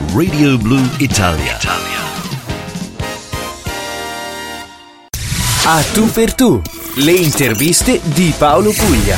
Radio Blu Italia. A tu per tu, le interviste di Paolo Puglia.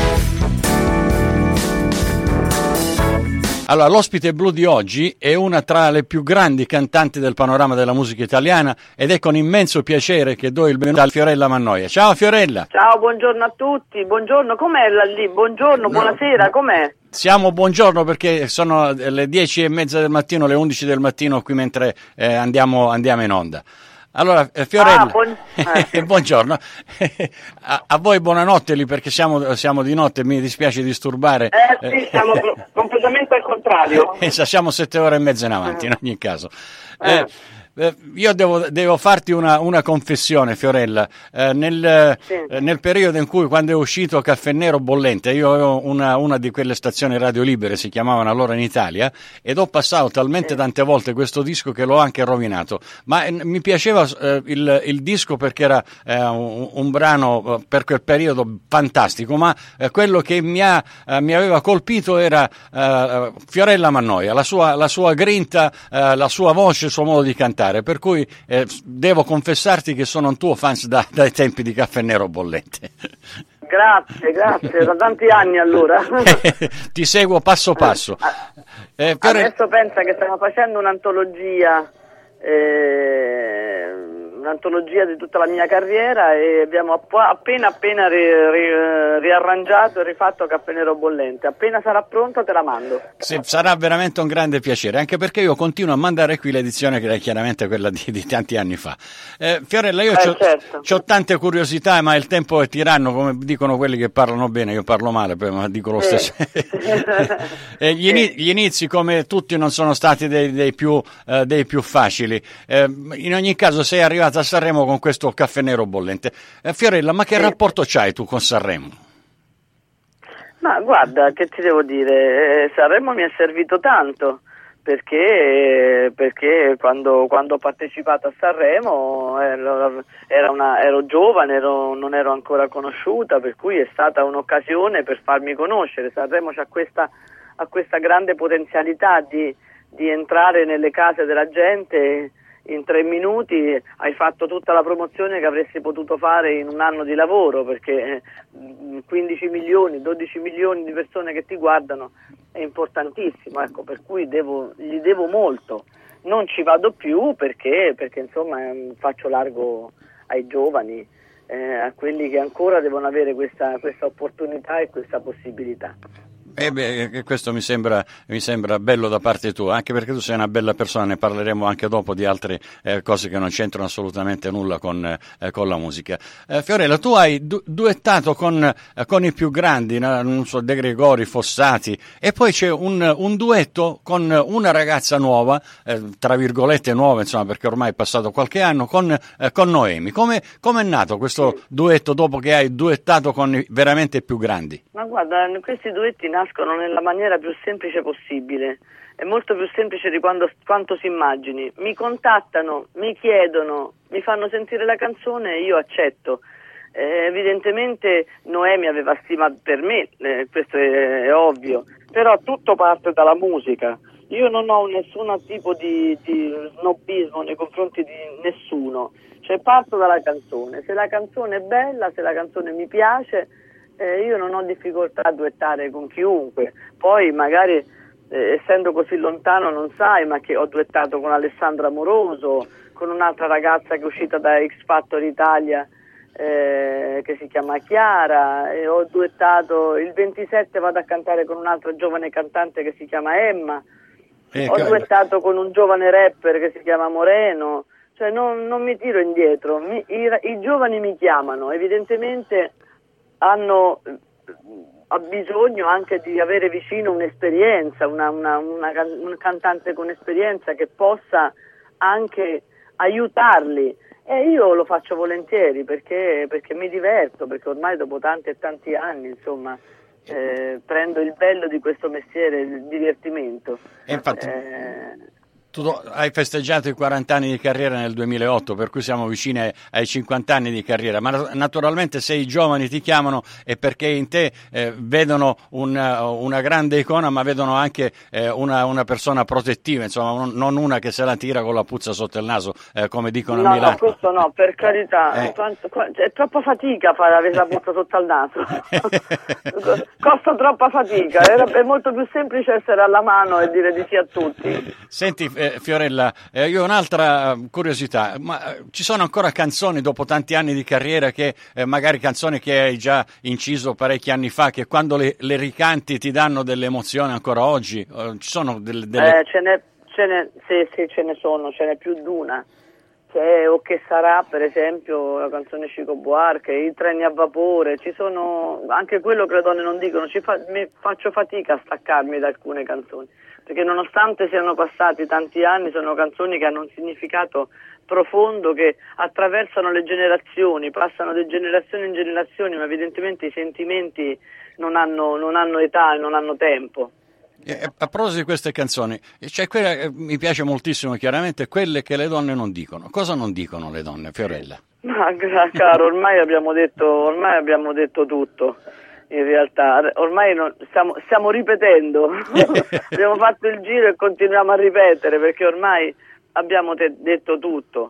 Allora, l'ospite blu di oggi è una tra le più grandi cantanti del panorama della musica italiana ed è con immenso piacere che do il benvenuto a Fiorella Mannoia. Ciao Fiorella! Ciao, buongiorno a tutti, buongiorno, com'è lì? Buongiorno, buonasera, com'è? Siamo buongiorno perché sono le 10:30 del mattino, le 11 del mattino qui mentre andiamo in onda. Allora, Fiorella, buongiorno. A voi buonanotte lì perché siamo di notte, mi dispiace disturbare. Sì, siamo completamente al contrario. Siamo 7 ore e mezza in avanti in ogni caso. Io devo farti una confessione, Fiorella. Nel periodo in cui, quando è uscito Caffè Nero Bollente, io avevo una di quelle stazioni radio libere, si chiamavano allora in Italia, ed ho passato talmente tante volte questo disco che l'ho anche rovinato. Ma mi piaceva il disco perché era un brano per quel periodo fantastico, ma quello che mi aveva colpito era Fiorella Mannoia, la sua grinta, la sua voce, il suo modo di cantare. Per cui devo confessarti che sono un tuo fan dai tempi di Caffè Nero Bollente. Grazie, da tanti anni allora. Ti seguo passo passo. Adesso pensa che stiamo facendo un'antologia di tutta la mia carriera e abbiamo appena riarrangiato e rifatto Caffè Nero Bollente. Appena sarà pronto te la mando. Sì, sarà veramente un grande piacere, anche perché io continuo a mandare qui l'edizione che è chiaramente quella di tanti anni fa. Fiorella, io c'ho tante curiosità, ma il tempo è tiranno, come dicono quelli che parlano bene, io parlo male, ma dico lo stesso. Gli inizi, come tutti, non sono stati dei più facili. In ogni caso sei arrivato a Sanremo con questo Caffè Nero Bollente. Fiorella, ma che rapporto c'hai tu con Sanremo? Ma guarda, che ti devo dire, Sanremo mi è servito tanto perché quando ho partecipato a Sanremo ero giovane, non ero ancora conosciuta, per cui è stata un'occasione per farmi conoscere. Sanremo ha questa grande potenzialità di entrare nelle case della gente. In 3 minuti hai fatto tutta la promozione che avresti potuto fare in un anno di lavoro, perché 15 milioni, 12 milioni di persone che ti guardano è importantissimo, ecco, per cui gli devo molto. Non ci vado più perché insomma faccio largo ai giovani, a quelli che ancora devono avere questa opportunità e questa possibilità. Questo mi sembra bello da parte tua, anche perché tu sei una bella persona, ne parleremo anche dopo di altre cose che non c'entrano assolutamente nulla con la musica. Fiorella, tu hai duettato con i più grandi, non so, De Gregori, Fossati, e poi c'è un duetto con una ragazza nuova, tra virgolette nuova, insomma, perché ormai è passato qualche anno, con Noemi. Come è nato questo duetto dopo che hai duettato con i veramente più grandi? Ma guarda, questi duetti nascono nella maniera più semplice possibile, è molto più semplice di quanto si immagini. Mi contattano, mi chiedono, mi fanno sentire la canzone e io accetto. Evidentemente Noemi aveva stima per me, questo è ovvio, però tutto parte dalla musica. Io non ho nessun tipo di snobismo nei confronti di nessuno, cioè parto dalla canzone. Se la canzone è bella, se la canzone mi piace, io non ho difficoltà a duettare con chiunque. Poi magari essendo così lontano non sai, ma che ho duettato con Alessandra Amoroso, con un'altra ragazza che è uscita da X Factor Italia che si chiama Chiara, e ho duettato il 27, vado a cantare con un'altra giovane cantante che si chiama Emma, ho duettato con un giovane rapper che si chiama Moreno, cioè non mi tiro indietro. I giovani mi chiamano, evidentemente ha bisogno anche di avere vicino un'esperienza, un cantante con esperienza che possa anche aiutarli, e io lo faccio volentieri perché mi diverto, perché ormai dopo tanti e tanti anni, insomma, prendo il bello di questo mestiere, il divertimento. Infatti Tu hai festeggiato i 40 anni di carriera nel 2008, per cui siamo vicini ai 50 anni di carriera, ma naturalmente se i giovani ti chiamano è perché in te vedono una grande icona, ma vedono anche una persona protettiva, insomma, non una che se la tira con la puzza sotto il naso, come dicono a Milano. No, questo no, per carità, è troppa fatica fare avere la puzza sotto al naso, costa troppa fatica, è molto più semplice essere alla mano e dire di sì a tutti. Senti Fiorella, io ho un'altra curiosità, ma ci sono ancora canzoni dopo tanti anni di carriera che magari canzoni che hai già inciso parecchi anni fa, che quando le ricanti ti danno delle emozioni ancora oggi? Ci sono delle... Sì, ce n'è più di una. C'è O che sarà, per esempio, la canzone Chico Buarque, I treni a vapore, ci sono anche quello che le donne non dicono, faccio fatica a staccarmi da alcune canzoni, perché nonostante siano passati tanti anni sono canzoni che hanno un significato profondo, che attraversano le generazioni, passano di generazione in generazione, ma evidentemente i sentimenti non hanno età e non hanno tempo. A proposito di queste canzoni, c'è quella che mi piace moltissimo, chiaramente, quelle che le donne non dicono. Cosa non dicono le donne, Fiorella? Ma caro, ormai abbiamo detto tutto. In realtà, ormai stiamo ripetendo, abbiamo fatto il giro e continuiamo a ripetere, perché ormai abbiamo detto tutto.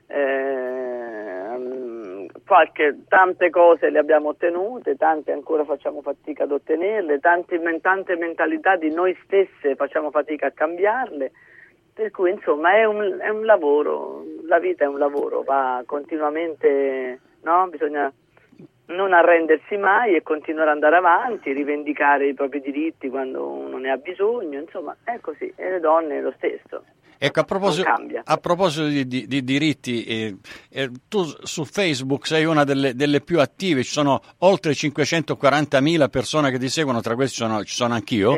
Tante cose le abbiamo ottenute, tante ancora facciamo fatica ad ottenerle, tante mentalità di noi stesse facciamo fatica a cambiarle, per cui insomma è un lavoro, la vita è un lavoro, va continuamente, no? Bisogna non arrendersi mai e continuare ad andare avanti, rivendicare i propri diritti quando uno ne ha bisogno, insomma è così, e le donne lo stesso. Ecco, a proposito di diritti, tu su Facebook sei una delle più attive, ci sono oltre 540.000 persone che ti seguono, tra questi ci sono anch'io,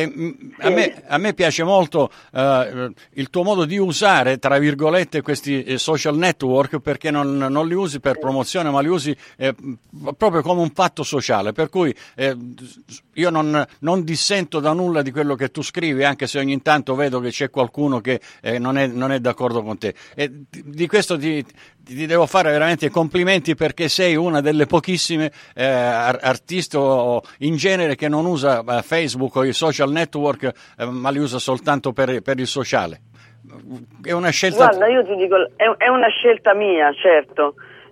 a me piace molto il tuo modo di usare, tra virgolette, questi social network, perché non li usi per promozione, ma li usi proprio come un fatto sociale, per cui io non dissento da nulla di quello che tu scrivi, anche se ogni tanto vedo che c'è qualcuno che non è d'accordo con te. E di questo ti devo fare veramente complimenti, perché sei una delle pochissime artisti o in genere che non usa Facebook o i social network, ma li usa soltanto per il sociale. È una scelta... Guarda, io ti dico, è una scelta mia, certo,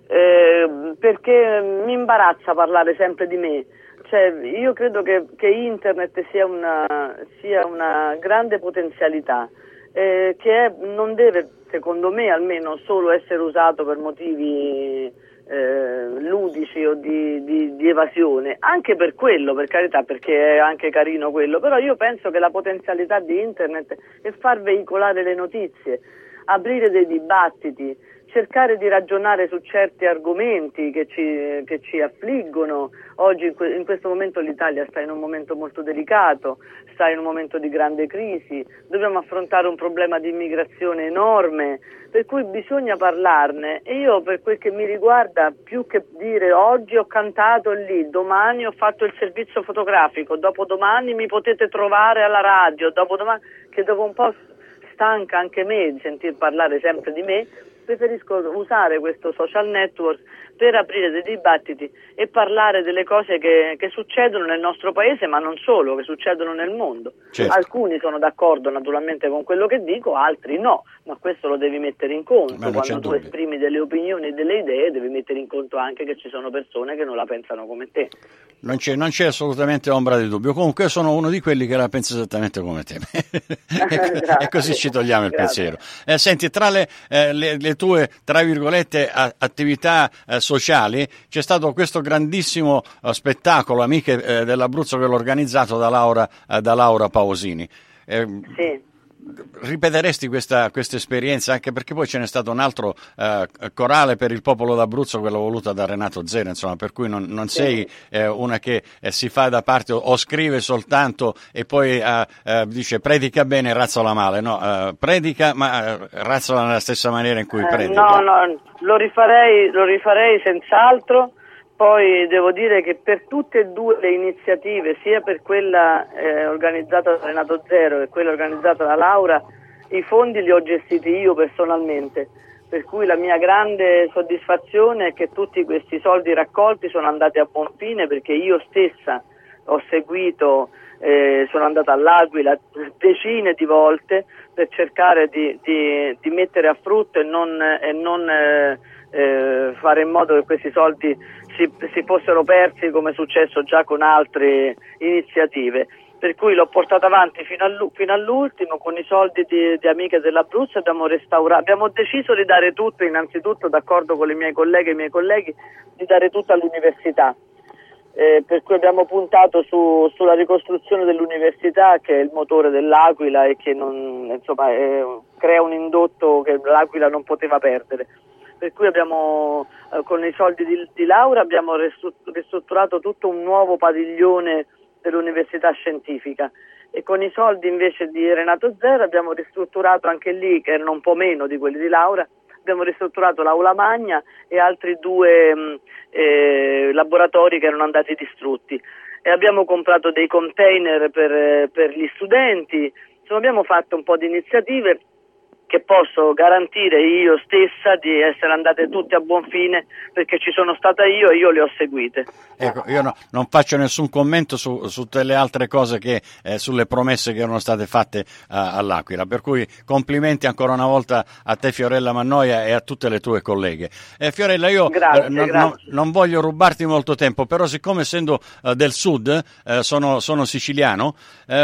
perché mi imbarazza parlare sempre di me. Cioè, io credo che internet sia una grande potenzialità, che non deve, secondo me almeno, solo essere usato per motivi ludici o di evasione, anche per quello, per carità, perché è anche carino quello, però io penso che la potenzialità di internet è far veicolare le notizie, aprire dei dibattiti, cercare di ragionare su certi argomenti che ci affliggono. Oggi in questo momento l'Italia sta in un momento molto delicato, sta in un momento di grande crisi, dobbiamo affrontare un problema di immigrazione enorme, per cui bisogna parlarne, e io, per quel che mi riguarda, più che dire oggi ho cantato lì, domani ho fatto il servizio fotografico, dopodomani mi potete trovare alla radio, dopodomani, che dopo un po' stanca anche me di sentir parlare sempre di me, preferisco usare questo social network per aprire dei dibattiti e parlare delle cose che succedono nel nostro paese, ma non solo, che succedono nel mondo. Certo. Alcuni sono d'accordo naturalmente con quello che dico, altri no, ma questo lo devi mettere in conto. Quando tu esprimi delle opinioni e delle idee, devi mettere in conto anche che ci sono persone che non la pensano come te. Non c'è assolutamente ombra di dubbio. Comunque io sono uno di quelli che la pensa esattamente come te. E così ci togliamo il pensiero. Senti, tra le tue, tra virgolette, attività sociali, c'è stato questo grandissimo spettacolo Amiche dell'Abruzzo, che l'ho organizzato da Laura Pausini. Sì. Ripeteresti questa esperienza, anche perché poi ce n'è stato un altro corale per il popolo d'Abruzzo, quello voluto da Renato Zero, insomma, per cui non sei una che si fa da parte o scrive soltanto e poi dice predica bene e razzola male, no, predica ma razzola nella stessa maniera in cui predica. No, lo rifarei senz'altro. Poi devo dire che per tutte e due le iniziative, sia per quella organizzata da Renato Zero e quella organizzata da Laura, I fondi li ho gestiti io personalmente, per cui la mia grande soddisfazione è che tutti questi soldi raccolti sono andati a buon fine, perché io stessa ho seguito, sono andata all'Aquila decine di volte per cercare di mettere a frutto e non fare in modo che questi soldi si fossero persi, come è successo già con altre iniziative. Per cui l'ho portata avanti fino all'ultimo con i soldi di Amiche dell'Abruzzo. Abbiamo deciso di dare tutto, innanzitutto d'accordo con le mie colleghe e i miei colleghi, di dare tutto all'università, per cui abbiamo puntato sulla ricostruzione dell'università, che è il motore dell'Aquila e che crea un indotto che l'Aquila non poteva perdere. Per cui abbiamo, con i soldi di Laura, abbiamo ristrutturato tutto un nuovo padiglione dell'Università Scientifica, e con i soldi invece di Renato Zero abbiamo ristrutturato anche lì, che erano un po' meno di quelli di Laura, abbiamo ristrutturato l'Aula Magna e altri 2 laboratori che erano andati distrutti, e abbiamo comprato dei container per gli studenti. Insomma, abbiamo fatto un po' di iniziative che posso garantire io stessa di essere andate tutte a buon fine, perché ci sono stata io e io le ho seguite. Ecco, io non faccio nessun commento su tutte le altre cose sulle promesse che erano state fatte all'Aquila, per cui complimenti ancora una volta a te, Fiorella Mannoia, e a tutte le tue colleghe. Fiorella, io grazie. Non voglio rubarti molto tempo, però siccome essendo del sud, sono siciliano,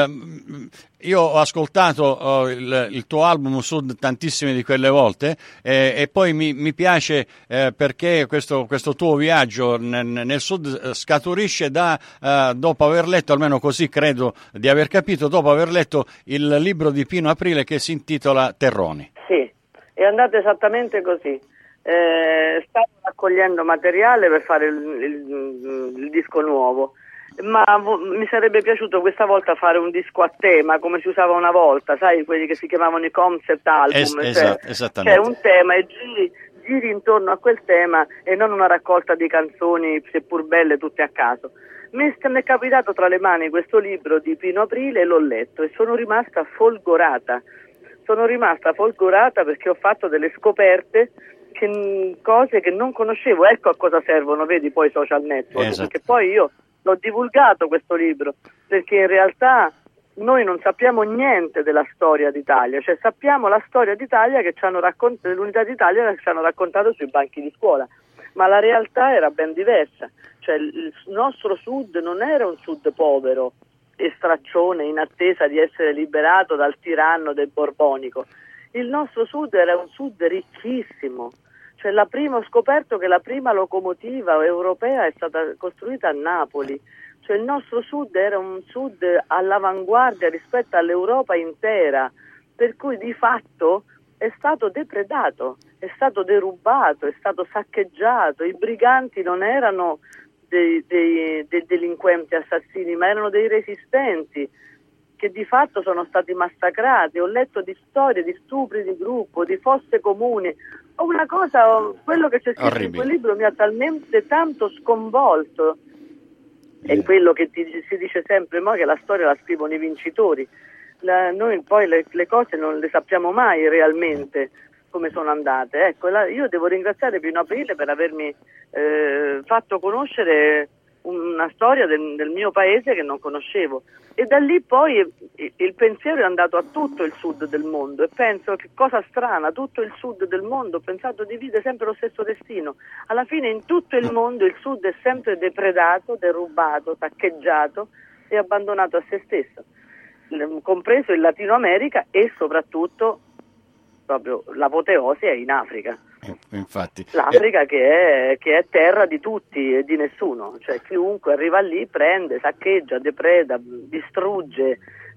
io ho ascoltato il tuo album Sud tantissime di quelle volte, e poi mi piace perché questo tuo viaggio nel sud scaturisce dopo aver letto, almeno così credo di aver capito, dopo aver letto il libro di Pino Aprile che si intitola Terroni. Sì, è andato esattamente così. Stavo raccogliendo materiale per fare il disco nuovo, ma mi sarebbe piaciuto questa volta fare un disco a tema, come si usava una volta, sai, quelli che si chiamavano i concept album, esattamente. C'è un tema e giri intorno a quel tema, e non una raccolta di canzoni seppur belle tutte a caso. Mi è capitato tra le mani questo libro di Pino Aprile e l'ho letto e sono rimasta folgorata perché ho fatto delle scoperte, cose che non conoscevo. Ecco a cosa servono, vedi, poi i social network, esatto. Perché poi io l'ho divulgato questo libro, perché in realtà noi non sappiamo niente della storia d'Italia, cioè sappiamo la storia d'Italia che ci hanno raccontato, dell'Unità d'Italia che ci hanno raccontato sui banchi di scuola, ma la realtà era ben diversa. Cioè il nostro sud non era un sud povero e straccione in attesa di essere liberato dal tiranno del borbonico. Il nostro sud era un sud ricchissimo. Cioè ho scoperto che la prima locomotiva europea è stata costruita a Napoli. Cioè il nostro sud era un sud all'avanguardia rispetto all'Europa intera, per cui di fatto è stato depredato, è stato derubato, è stato saccheggiato. I briganti non erano dei delinquenti assassini, ma erano dei resistenti che di fatto sono stati massacrati. Ho letto di storie di stupri di gruppo, di fosse comuni. Quello che c'è scritto in quel libro mi ha talmente tanto sconvolto. È quello che si dice sempre, ma che la storia la scrivono i vincitori. Noi poi le cose non le sappiamo mai realmente come sono andate. Ecco, io devo ringraziare Pino Aprile per avermi fatto conoscere una storia del mio paese che non conoscevo, e da lì poi il pensiero è andato a tutto il sud del mondo, e penso che cosa strana, tutto il sud del mondo, ho pensato, divide sempre lo stesso destino. Alla fine in tutto il mondo il sud è sempre depredato, derubato, saccheggiato e abbandonato a se stesso, compreso il Latino America, e soprattutto proprio l'apoteosi è in Africa. Infatti. L'Africa che è terra di tutti e di nessuno, cioè chiunque arriva lì prende, saccheggia, depreda, distrugge,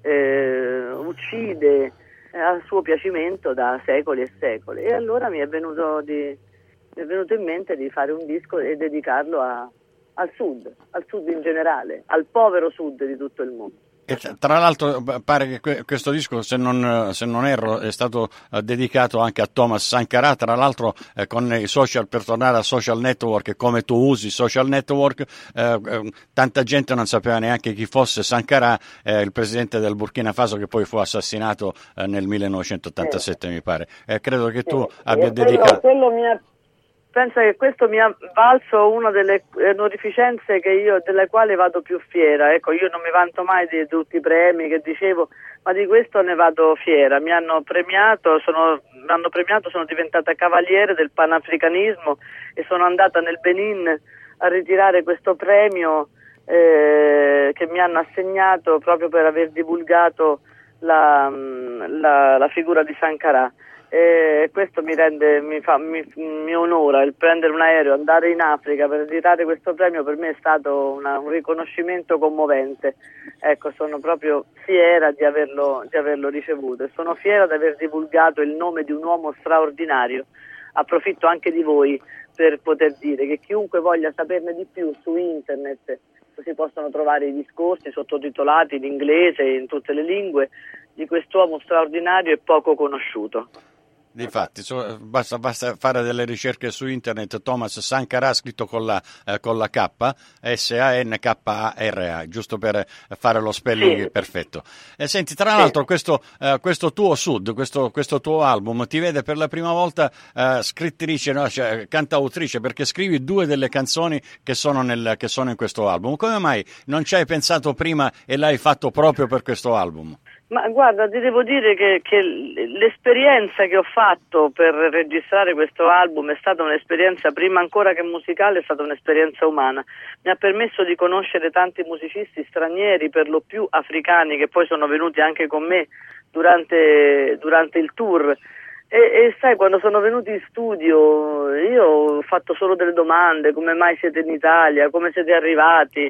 uccide a suo piacimento da secoli e secoli. E allora mi è venuto in mente di fare un disco e dedicarlo al sud in generale, al povero sud di tutto il mondo. E tra l'altro pare che questo disco, se non erro, è stato dedicato anche a Thomas Sankara, tra l'altro con i social, per tornare a social network e come tu usi social network, tanta gente non sapeva neanche chi fosse Sankara, il presidente del Burkina Faso, che poi fu assassinato nel 1987 mi pare. Credo che tu abbia dedicato... Pensa che questo mi ha valso una delle onorificenze delle quali vado più fiera. Ecco, io non mi vanto mai di tutti i premi che dicevo, ma di questo ne vado fiera. Mi hanno premiato, sono diventata cavaliere del panafricanismo e sono andata nel Benin a ritirare questo premio che mi hanno assegnato proprio per aver divulgato la figura di Sankara. Questo mi onora il prendere un aereo, andare in Africa per ritirare questo premio. Per me è stato un riconoscimento commovente. Ecco, sono proprio fiera di averlo ricevuto e sono fiera di aver divulgato il nome di un uomo straordinario. Approfitto anche di voi per poter dire che chiunque voglia saperne di più su internet, si possono trovare i discorsi sottotitolati in inglese e in tutte le lingue di quest'uomo straordinario e poco conosciuto. Difatti, basta fare delle ricerche su internet. Thomas Sankara, scritto con la K, Sankara, giusto per fare lo spelling perfetto. Senti, tra l'altro questo tuo Sud, questo tuo album, ti vede per la prima volta scrittrice, no? Cioè, cantautrice, perché scrivi 2 delle canzoni che sono in questo album. Come mai non ci hai pensato prima e l'hai fatto proprio per questo album? Ma guarda, ti devo dire che l'esperienza che ho fatto per registrare questo album è stata un'esperienza, prima ancora che musicale, è stata un'esperienza umana. Mi ha permesso di conoscere tanti musicisti stranieri, per lo più africani, che poi sono venuti anche con me durante il tour. E sai, quando sono venuti in studio io ho fatto solo delle domande: come mai siete in Italia, come siete arrivati,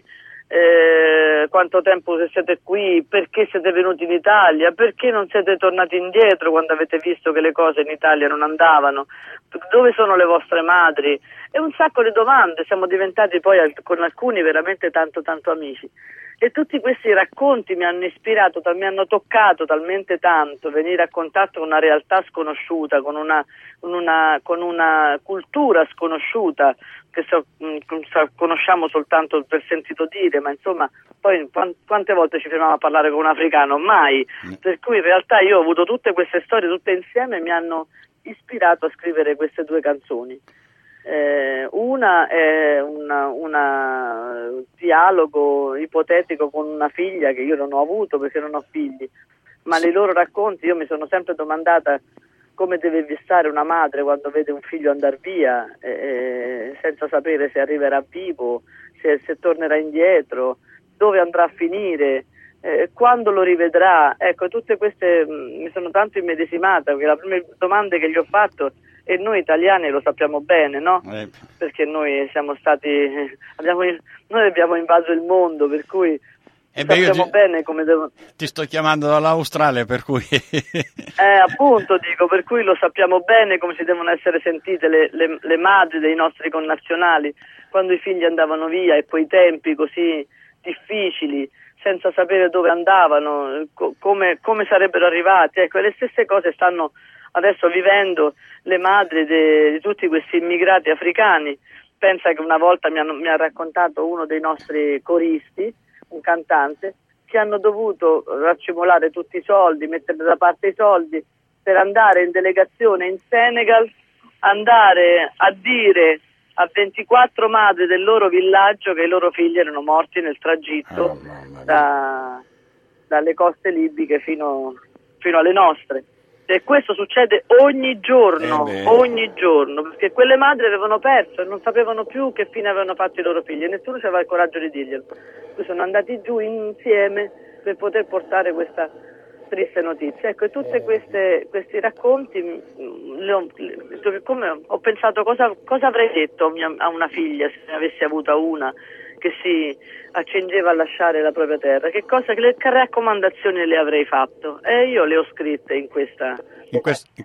quanto tempo siete qui, perché siete venuti in Italia, perché non siete tornati indietro quando avete visto che le cose in Italia non andavano, dove sono le vostre madri, e un sacco di domande. Siamo diventati poi con alcuni veramente tanto amici, e tutti questi racconti mi hanno ispirato, mi hanno toccato talmente tanto, venire a contatto con una realtà sconosciuta, con una cultura sconosciuta che conosciamo soltanto per sentito dire, ma insomma poi quante volte ci fermiamo a parlare con un africano? Mai. Per cui in realtà io ho avuto tutte queste storie tutte insieme e mi hanno ispirato a scrivere queste 2 canzoni. Una è un dialogo ipotetico con una figlia che io non ho avuto perché non ho figli, ma nei loro racconti io mi sono sempre domandata come deve stare una madre quando vede un figlio andare via senza sapere se arriverà vivo, se tornerà indietro, dove andrà a finire, quando lo rivedrà. Ecco, tutte queste mi sono tanto immedesimata, perché la prima domanda che gli ho fatto, e noi italiani lo sappiamo bene, no? Perché noi siamo stati noi abbiamo invaso il mondo, per cui sappiamo bene come devo... Ti sto chiamando dall'Australia, per cui... appunto, dico, per cui lo sappiamo bene come si devono essere sentite le madri dei nostri connazionali quando i figli andavano via, e poi tempi così difficili, senza sapere dove andavano, come sarebbero arrivati. Ecco, le stesse cose stanno adesso vivendo le madri di tutti questi immigrati africani. Pensa che una volta mi ha raccontato uno dei nostri coristi, un cantante, che hanno dovuto raccimolare tutti i soldi, mettere da parte i soldi per andare in delegazione in Senegal, andare a dire a 24 madri del loro villaggio che i loro figli erano morti nel tragitto dalle coste libiche fino alle nostre. E questo succede ogni giorno, perché quelle madri avevano perso e non sapevano più che fine avevano fatto i loro figli, e nessuno aveva il coraggio di dirglielo. Poi sono andati giù insieme per poter portare questa triste notizia. Ecco, e tutti questi racconti, come ho pensato cosa avrei detto a una figlia se ne avessi avuta una che si accingeva a lasciare la propria terra, che raccomandazioni le avrei fatto, e io le ho scritte in questo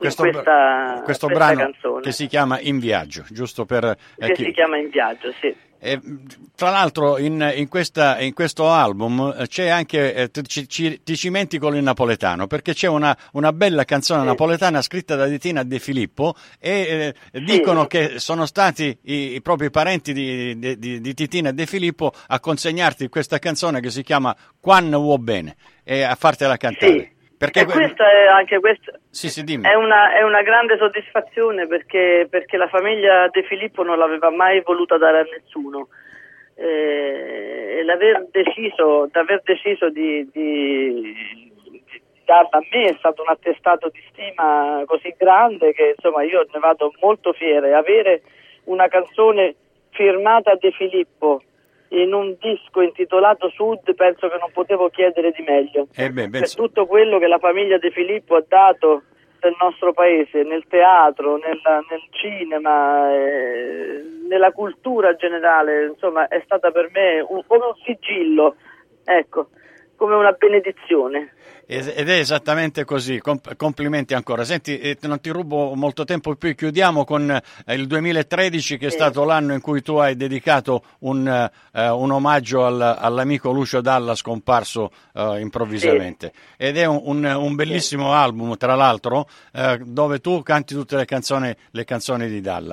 brano canzone, che si chiama In Viaggio, giusto per si chiama In Viaggio, sì. Tra l'altro in questo album c'è anche, ti cimenti con il napoletano, perché c'è una bella canzone napoletana scritta da Titina De Filippo e dicono che sono stati i propri parenti di Titina De Filippo a consegnarti questa canzone che si chiama Quan vuò bene e a fartela cantare. Sì. Perché e questo è anche questo sì, dimmi. è una grande soddisfazione perché la famiglia De Filippo non l'aveva mai voluta dare a nessuno. E d'aver deciso di darla a me è stato un attestato di stima così grande che insomma io ne vado molto fiera. Avere una canzone firmata De Filippo in un disco intitolato Sud penso che non potevo chiedere di meglio. Per tutto quello che la famiglia De Filippo ha dato del nostro paese, nel teatro, nel cinema, nella cultura generale, insomma è stata per me come un sigillo, ecco, come una benedizione. Ed è esattamente così, complimenti ancora. Senti, non ti rubo molto tempo più, chiudiamo con il 2013 che è stato l'anno in cui tu hai dedicato un omaggio all'amico Lucio Dalla scomparso improvvisamente. Ed è un bellissimo album, tra l'altro, dove tu canti tutte le canzoni di Dalla.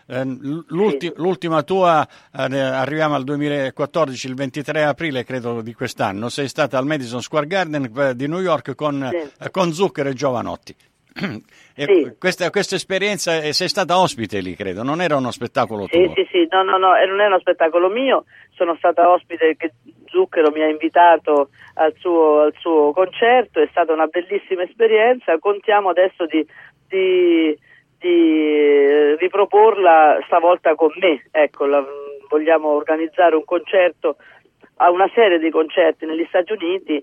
L'ultima tua, arriviamo al 2014, il 23 aprile credo di quest'anno, sei stata al Madison Square Garden di New York con Zucchero e Giovanotti. E questa esperienza, sei stata ospite lì, credo, non era uno spettacolo tuo? Sì, no, non è uno spettacolo mio, sono stata ospite che Zucchero mi ha invitato al suo concerto, è stata una bellissima esperienza, contiamo adesso di riproporla stavolta con me, ecco, vogliamo organizzare un concerto, una serie di concerti negli Stati Uniti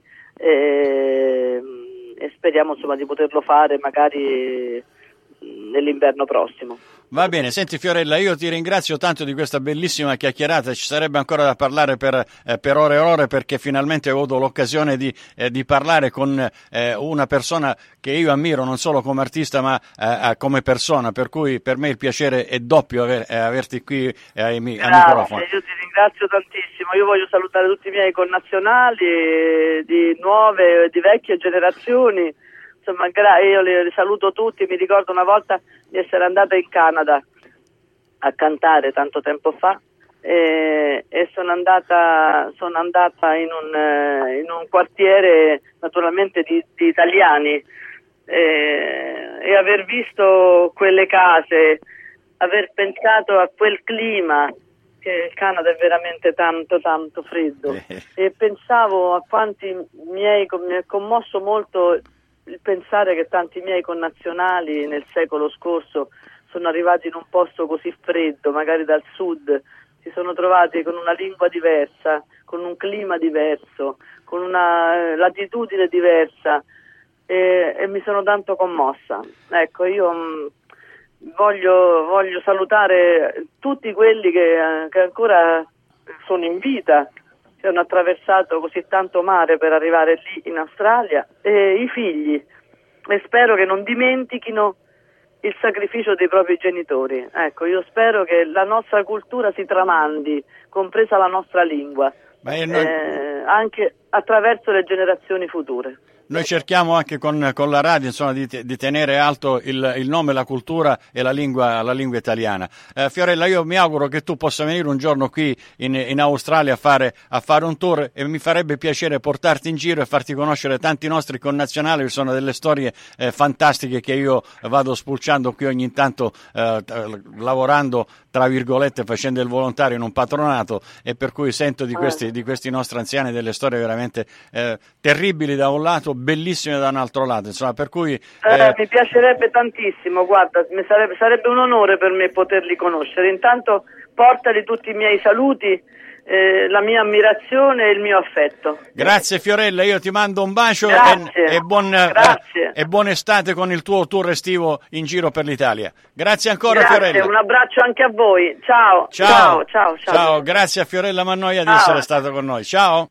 e speriamo insomma di poterlo fare magari nell'inverno prossimo. Va bene, senti Fiorella, io ti ringrazio tanto di questa bellissima chiacchierata, ci sarebbe ancora da parlare per ore e ore perché finalmente ho avuto l'occasione di parlare con una persona che io ammiro non solo come artista ma come persona, per cui per me il piacere è doppio averti qui ai microfono. Io ti ringrazio tantissimo, io voglio salutare tutti i miei connazionali di nuove e di vecchie generazioni. Insomma, io li saluto tutti, mi ricordo una volta di essere andata in Canada a cantare tanto tempo fa e sono andata in un quartiere naturalmente di italiani e aver visto quelle case, aver pensato a quel clima, che il Canada è veramente tanto tanto freddo e pensavo a quanti mi ha commosso molto il pensare che tanti miei connazionali nel secolo scorso sono arrivati in un posto così freddo, magari dal sud, si sono trovati con una lingua diversa, con un clima diverso, con una latitudine diversa e mi sono tanto commossa. Ecco, io voglio salutare tutti quelli che ancora sono in vita, che hanno attraversato così tanto mare per arrivare lì in Australia, e i figli, e spero che non dimentichino il sacrificio dei propri genitori. Ecco, io spero che la nostra cultura si tramandi, compresa la nostra lingua, anche attraverso le generazioni future. Noi cerchiamo anche con la radio insomma, di tenere alto il nome, la cultura e la lingua italiana. Fiorella, io mi auguro che tu possa venire un giorno qui in Australia a fare un tour e mi farebbe piacere portarti in giro e farti conoscere tanti nostri connazionali, che sono delle storie fantastiche che io vado spulciando qui ogni tanto lavorando tra virgolette facendo il volontario in un patronato e per cui sento di questi nostri anziani delle storie veramente terribili da un lato, bellissime da un altro lato, insomma, per cui mi piacerebbe tantissimo, guarda, sarebbe un onore per me poterli conoscere. Intanto portali tutti i miei saluti, la mia ammirazione e il mio affetto. Grazie Fiorella, io ti mando un bacio e buona estate con il tuo tour estivo in giro per l'Italia. Grazie ancora. Grazie, Fiorella. Un abbraccio anche a voi. Ciao. Grazie a Fiorella Mannoia di essere stato con noi. Ciao.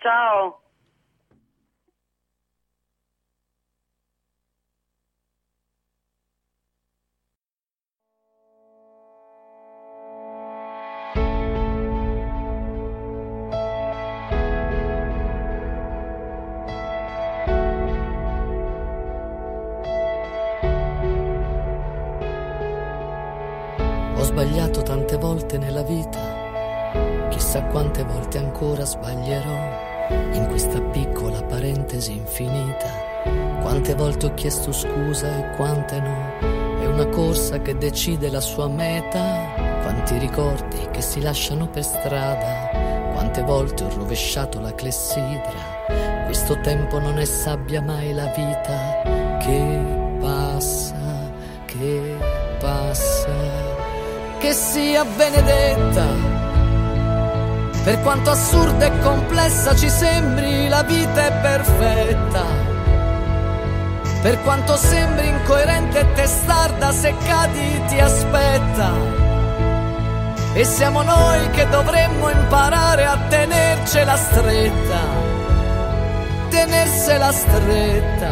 sbagliato tante volte nella vita, chissà quante volte ancora sbaglierò in questa piccola parentesi infinita. Quante volte ho chiesto scusa e quante no, è una corsa che decide la sua meta. Quanti ricordi che si lasciano per strada, quante volte ho rovesciato la clessidra. Questo tempo non è sabbia mai la vita che passa, che passa. Che sia benedetta, per quanto assurda e complessa ci sembri, la vita è perfetta. Per quanto sembri incoerente e testarda, se cadi ti aspetta. E siamo noi che dovremmo imparare a tenercela stretta, tenersela stretta.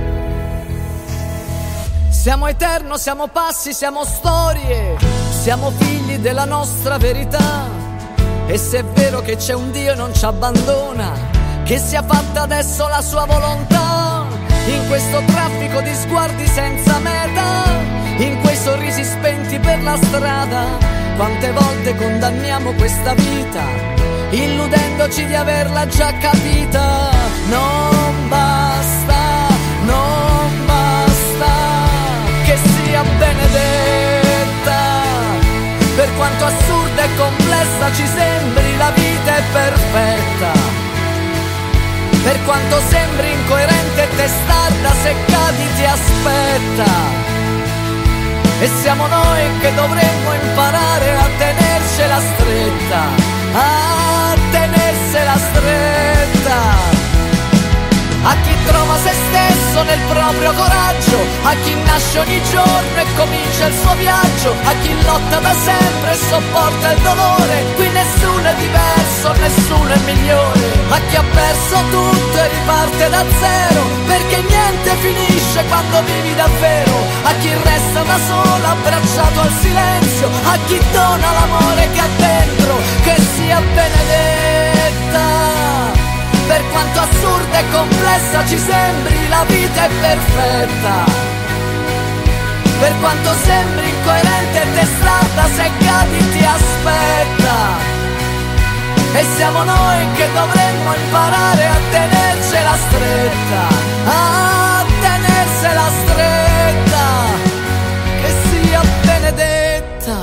Siamo eterno, siamo passi, siamo storie, siamo figli della nostra verità. E se è vero che c'è un Dio e non ci abbandona, che sia fatta adesso la sua volontà. In questo traffico di sguardi senza meta, in quei sorrisi spenti per la strada, quante volte condanniamo questa vita, illudendoci di averla già capita. Non basta, non basta, che sia benedetta. Per quanto assurda e complessa ci sembri, la vita è perfetta. Per quanto sembri incoerente e testarda, se cadi ti aspetta. E siamo noi che dovremmo imparare a tenercela stretta, a tenersela stretta. A chi trova se stesso nel proprio coraggio, a chi nasce ogni giorno e comincia il suo viaggio, a chi lotta da sempre e sopporta il dolore. Qui nessuno è diverso, nessuno è migliore. A chi ha perso tutto e riparte da zero, perché niente finisce quando vivi davvero. A chi resta da solo abbracciato al silenzio, a chi dona l'amore che ha dentro, che sia benedetta. Per quanto assurda e complessa ci sembri, la vita è perfetta. Per quanto sembri incoerente e testarda, se cadi ti aspetta. E siamo noi che dovremmo imparare a tenercela stretta, a tenersela stretta, che sia benedetta.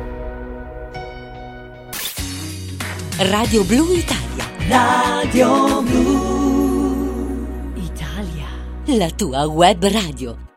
Radio Blu Italia. Radio Blu Italia. La tua web radio.